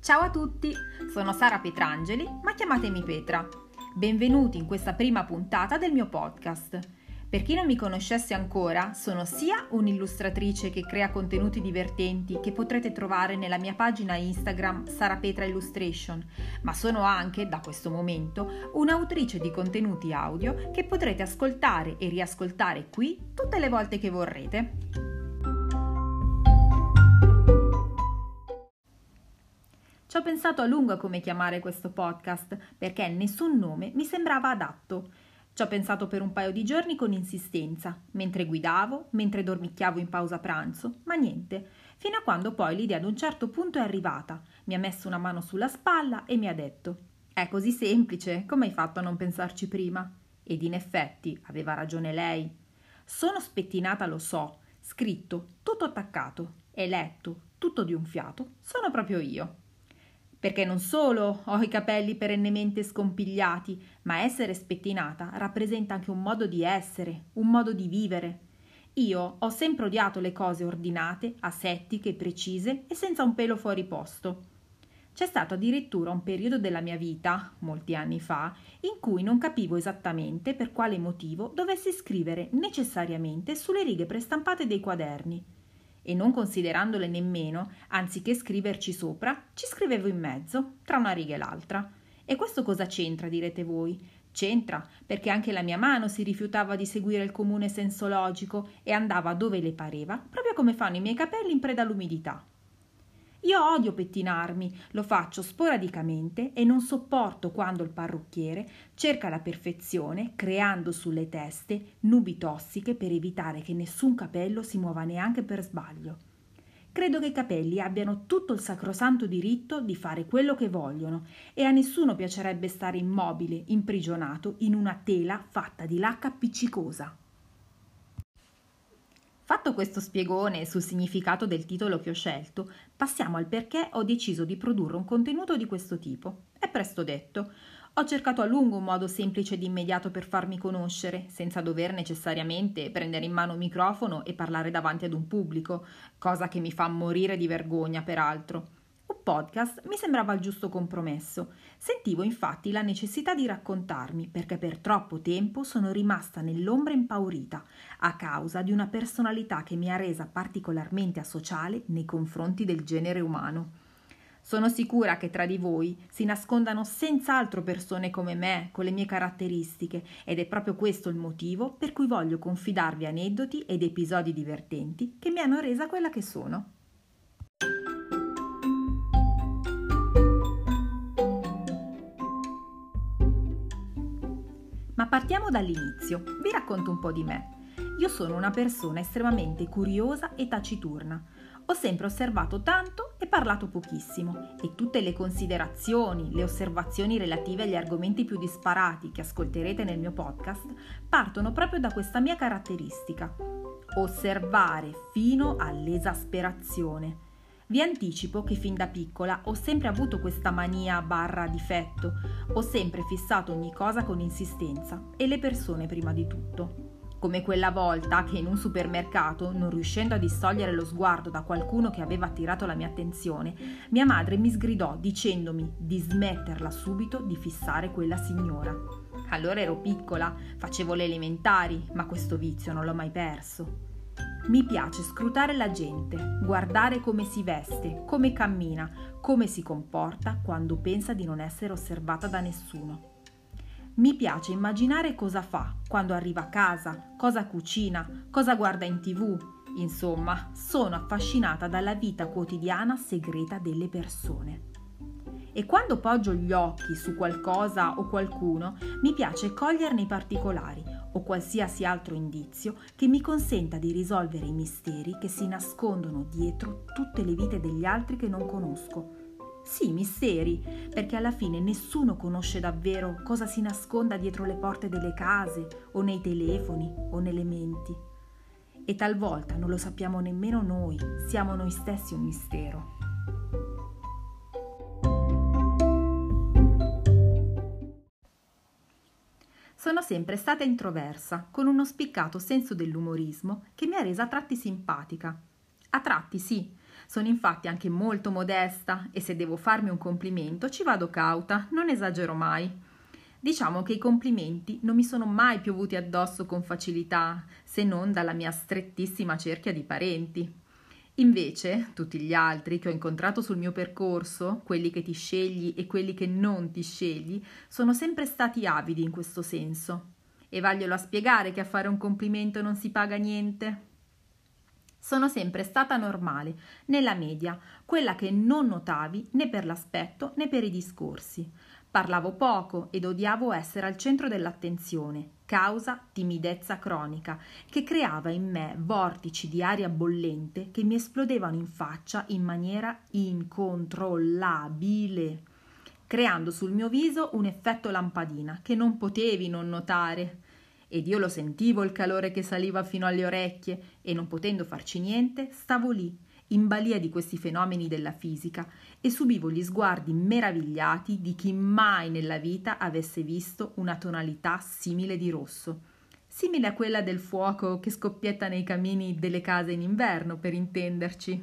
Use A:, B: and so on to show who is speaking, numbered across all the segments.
A: Ciao a tutti, sono Sara Petrangeli, ma chiamatemi Petra. Benvenuti in questa prima puntata del mio podcast. Per chi non mi conoscesse ancora, sono sia un'illustratrice che crea contenuti divertenti che potrete trovare nella mia pagina Instagram Sara Petra Illustration, ma sono anche, da questo momento, un'autrice di contenuti audio che potrete ascoltare e riascoltare qui tutte le volte che vorrete. Ci ho pensato a lungo a come chiamare questo podcast, perché nessun nome mi sembrava adatto. Ci ho pensato per un paio di giorni con insistenza, mentre guidavo, mentre dormicchiavo in pausa pranzo, ma niente, fino a quando poi l'idea ad un certo punto è arrivata, mi ha messo una mano sulla spalla e mi ha detto: «È così semplice, come hai fatto a non pensarci prima?» Ed in effetti aveva ragione lei. Sono spettinata, lo so, scritto, tutto attaccato, e letto, tutto di un fiato, sono proprio io. Perché non solo ho i capelli perennemente scompigliati, ma essere spettinata rappresenta anche un modo di essere, un modo di vivere. Io ho sempre odiato le cose ordinate, asettiche, precise e senza un pelo fuori posto. C'è stato addirittura un periodo della mia vita, molti anni fa, in cui non capivo esattamente per quale motivo dovessi scrivere necessariamente sulle righe prestampate dei quaderni. E non considerandole nemmeno, anziché scriverci sopra, ci scrivevo in mezzo, tra una riga e l'altra. E questo cosa c'entra, direte voi? C'entra, perché anche la mia mano si rifiutava di seguire il comune senso logico e andava dove le pareva, proprio come fanno i miei capelli in preda all'umidità. Io odio pettinarmi, lo faccio sporadicamente e non sopporto quando il parrucchiere cerca la perfezione creando sulle teste nubi tossiche per evitare che nessun capello si muova neanche per sbaglio. Credo che i capelli abbiano tutto il sacrosanto diritto di fare quello che vogliono e a nessuno piacerebbe stare immobile, imprigionato in una tela fatta di lacca appiccicosa. Fatto questo spiegone sul significato del titolo che ho scelto, passiamo al perché ho deciso di produrre un contenuto di questo tipo. È presto detto. Ho cercato a lungo un modo semplice ed immediato per farmi conoscere, senza dover necessariamente prendere in mano un microfono e parlare davanti ad un pubblico, cosa che mi fa morire di vergogna, peraltro. Un podcast mi sembrava il giusto compromesso. Sentivo infatti la necessità di raccontarmi perché per troppo tempo sono rimasta nell'ombra impaurita a causa di una personalità che mi ha resa particolarmente asociale nei confronti del genere umano. Sono sicura che tra di voi si nascondano senz'altro persone come me, con le mie caratteristiche, ed è proprio questo il motivo per cui voglio confidarvi aneddoti ed episodi divertenti che mi hanno resa quella che sono. Ma partiamo dall'inizio, vi racconto un po' di me. Io sono una persona estremamente curiosa e taciturna. Ho sempre osservato tanto e parlato pochissimo e tutte le considerazioni, le osservazioni relative agli argomenti più disparati che ascolterete nel mio podcast partono proprio da questa mia caratteristica: osservare fino all'esasperazione. Vi anticipo che fin da piccola ho sempre avuto questa mania / difetto, ho sempre fissato ogni cosa con insistenza e le persone prima di tutto. Come quella volta che in un supermercato, non riuscendo a distogliere lo sguardo da qualcuno che aveva attirato la mia attenzione, mia madre mi sgridò dicendomi di smetterla subito di fissare quella signora. Allora ero piccola, facevo le elementari, ma questo vizio non l'ho mai perso. Mi piace scrutare la gente, guardare come si veste, come cammina, come si comporta quando pensa di non essere osservata da nessuno. Mi piace immaginare cosa fa quando arriva a casa, cosa cucina, cosa guarda in TV. Insomma, sono affascinata dalla vita quotidiana segreta delle persone. E quando poggio gli occhi su qualcosa o qualcuno, mi piace coglierne i particolari o qualsiasi altro indizio che mi consenta di risolvere i misteri che si nascondono dietro tutte le vite degli altri che non conosco. Sì, misteri, perché alla fine nessuno conosce davvero cosa si nasconda dietro le porte delle case o nei telefoni o nelle menti. E talvolta non lo sappiamo nemmeno noi, siamo noi stessi un mistero. Sono sempre stata introversa, con uno spiccato senso dell'umorismo che mi ha resa a tratti simpatica. A tratti sì, Sono infatti anche molto modesta e se devo farmi un complimento ci vado cauta, non esagero mai. Diciamo che i complimenti non mi sono mai piovuti addosso con facilità, se non dalla mia strettissima cerchia di parenti. Invece, tutti gli altri che ho incontrato sul mio percorso, quelli che ti scegli e quelli che non ti scegli, sono sempre stati avidi in questo senso. E vaglielo a spiegare che a fare un complimento non si paga niente? Sono sempre stata normale, nella media, quella che non notavi né per l'aspetto né per i discorsi. Parlavo poco ed odiavo essere al centro dell'attenzione, causa timidezza cronica, che creava in me vortici di aria bollente che mi esplodevano in faccia in maniera incontrollabile, creando sul mio viso un effetto lampadina che non potevi non notare. Ed io lo sentivo il calore che saliva fino alle orecchie e non potendo farci niente, stavo lì, in balia di questi fenomeni della fisica e subivo gli sguardi meravigliati di chi mai nella vita avesse visto una tonalità simile di rosso, simile a quella del fuoco che scoppietta nei camini delle case in inverno, per intenderci.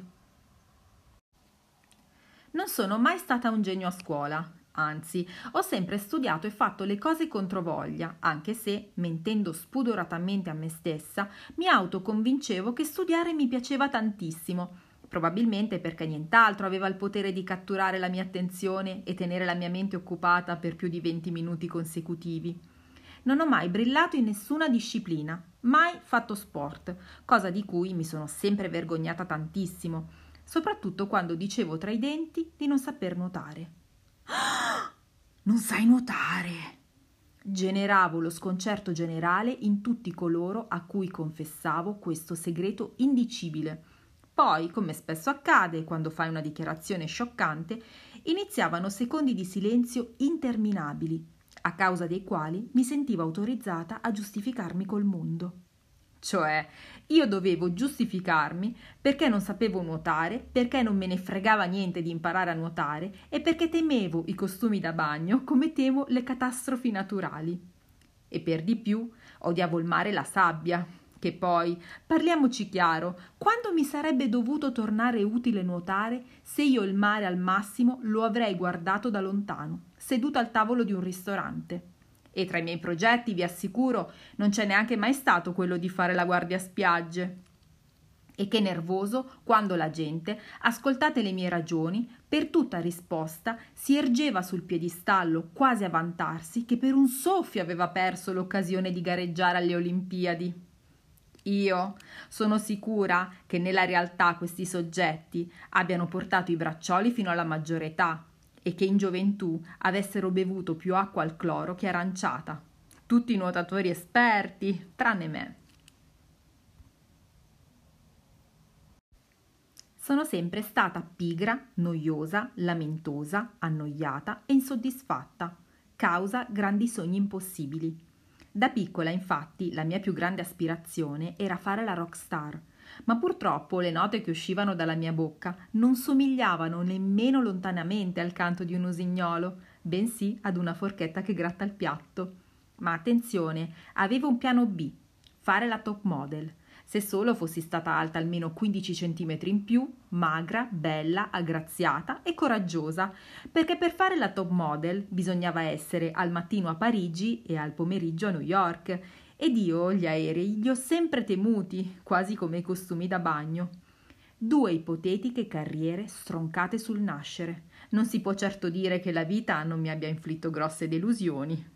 A: Non sono mai stata un genio a scuola. Anzi, ho sempre studiato e fatto le cose controvoglia, anche se, mentendo spudoratamente a me stessa, mi autoconvincevo che studiare mi piaceva tantissimo, probabilmente perché nient'altro aveva il potere di catturare la mia attenzione e tenere la mia mente occupata per più di 20 minuti consecutivi. Non ho mai brillato in nessuna disciplina, mai fatto sport, cosa di cui mi sono sempre vergognata tantissimo, soprattutto quando dicevo tra i denti di non saper nuotare. Non sai nuotare! Generavo lo sconcerto generale in tutti coloro a cui confessavo questo segreto indicibile. Poi, come spesso accade quando fai una dichiarazione scioccante, iniziavano secondi di silenzio interminabili, a causa dei quali mi sentivo autorizzata a giustificarmi col mondo. Cioè, io dovevo giustificarmi perché non sapevo nuotare, perché non me ne fregava niente di imparare a nuotare e perché temevo i costumi da bagno come temo le catastrofi naturali. E per di più odiavo il mare e la sabbia, che poi, parliamoci chiaro, quando mi sarebbe dovuto tornare utile nuotare se io il mare al massimo lo avrei guardato da lontano, seduta al tavolo di un ristorante. E tra i miei progetti, vi assicuro, non c'è neanche mai stato quello di fare la guardia spiagge. E che nervoso quando la gente, ascoltate le mie ragioni, per tutta risposta si ergeva sul piedistallo quasi a vantarsi che per un soffio aveva perso l'occasione di gareggiare alle Olimpiadi. Io sono sicura che nella realtà questi soggetti abbiano portato i braccioli fino alla maggiore età e che in gioventù avessero bevuto più acqua al cloro che aranciata. Tutti nuotatori esperti, tranne me. Sono sempre stata pigra, noiosa, lamentosa, annoiata e insoddisfatta, causa grandi sogni impossibili. Da piccola, infatti, la mia più grande aspirazione era fare la rockstar, ma purtroppo le note che uscivano dalla mia bocca non somigliavano nemmeno lontanamente al canto di un usignolo, bensì ad una forchetta che gratta il piatto. Ma attenzione, avevo un piano B, fare la top model. Se solo fossi stata alta almeno 15 centimetri in più, magra, bella, aggraziata e coraggiosa, perché per fare la top model bisognava essere al mattino a Parigi e al pomeriggio a New York, ed io gli aerei li ho sempre temuti, quasi come i costumi da bagno. 2 ipotetiche carriere stroncate sul nascere. Non si può certo dire che la vita non mi abbia inflitto grosse delusioni.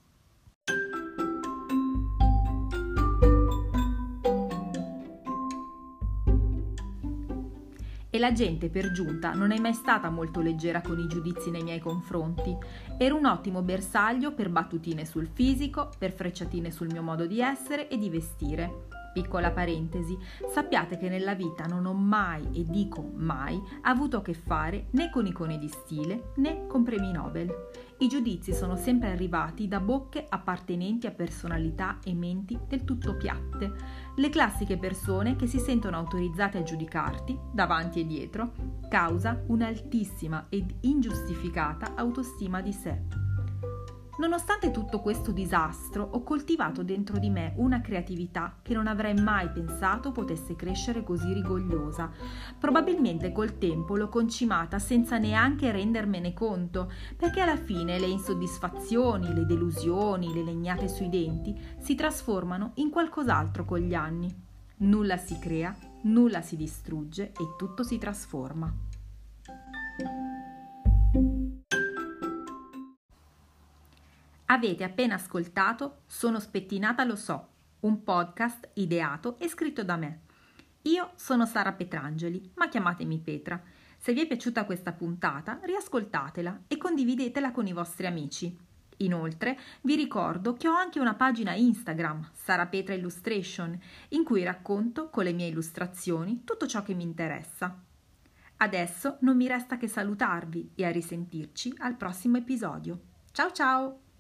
A: E la gente per giunta non è mai stata molto leggera con i giudizi nei miei confronti. Ero un ottimo bersaglio per battutine sul fisico, per frecciatine sul mio modo di essere e di vestire. Piccola parentesi, sappiate che nella vita non ho mai, e dico mai, avuto a che fare né con icone di stile né con premi Nobel. I giudizi sono sempre arrivati da bocche appartenenti a personalità e menti del tutto piatte, le classiche persone che si sentono autorizzate a giudicarti, davanti e dietro, causa un'altissima ed ingiustificata autostima di sé. Nonostante tutto questo disastro, ho coltivato dentro di me una creatività che non avrei mai pensato potesse crescere così rigogliosa. Probabilmente col tempo l'ho concimata senza neanche rendermene conto, perché alla fine le insoddisfazioni, le delusioni, le legnate sui denti si trasformano in qualcos'altro con gli anni. Nulla si crea, nulla si distrugge e tutto si trasforma. Avete appena ascoltato Sono spettinata lo so, un podcast ideato e scritto da me. Io sono Sara Petrangeli, ma chiamatemi Petra. Se vi è piaciuta questa puntata, riascoltatela e condividetela con i vostri amici. Inoltre, vi ricordo che ho anche una pagina Instagram, Sara Petra Illustration, in cui racconto con le mie illustrazioni tutto ciò che mi interessa. Adesso non mi resta che salutarvi e a risentirci al prossimo episodio. Ciao ciao!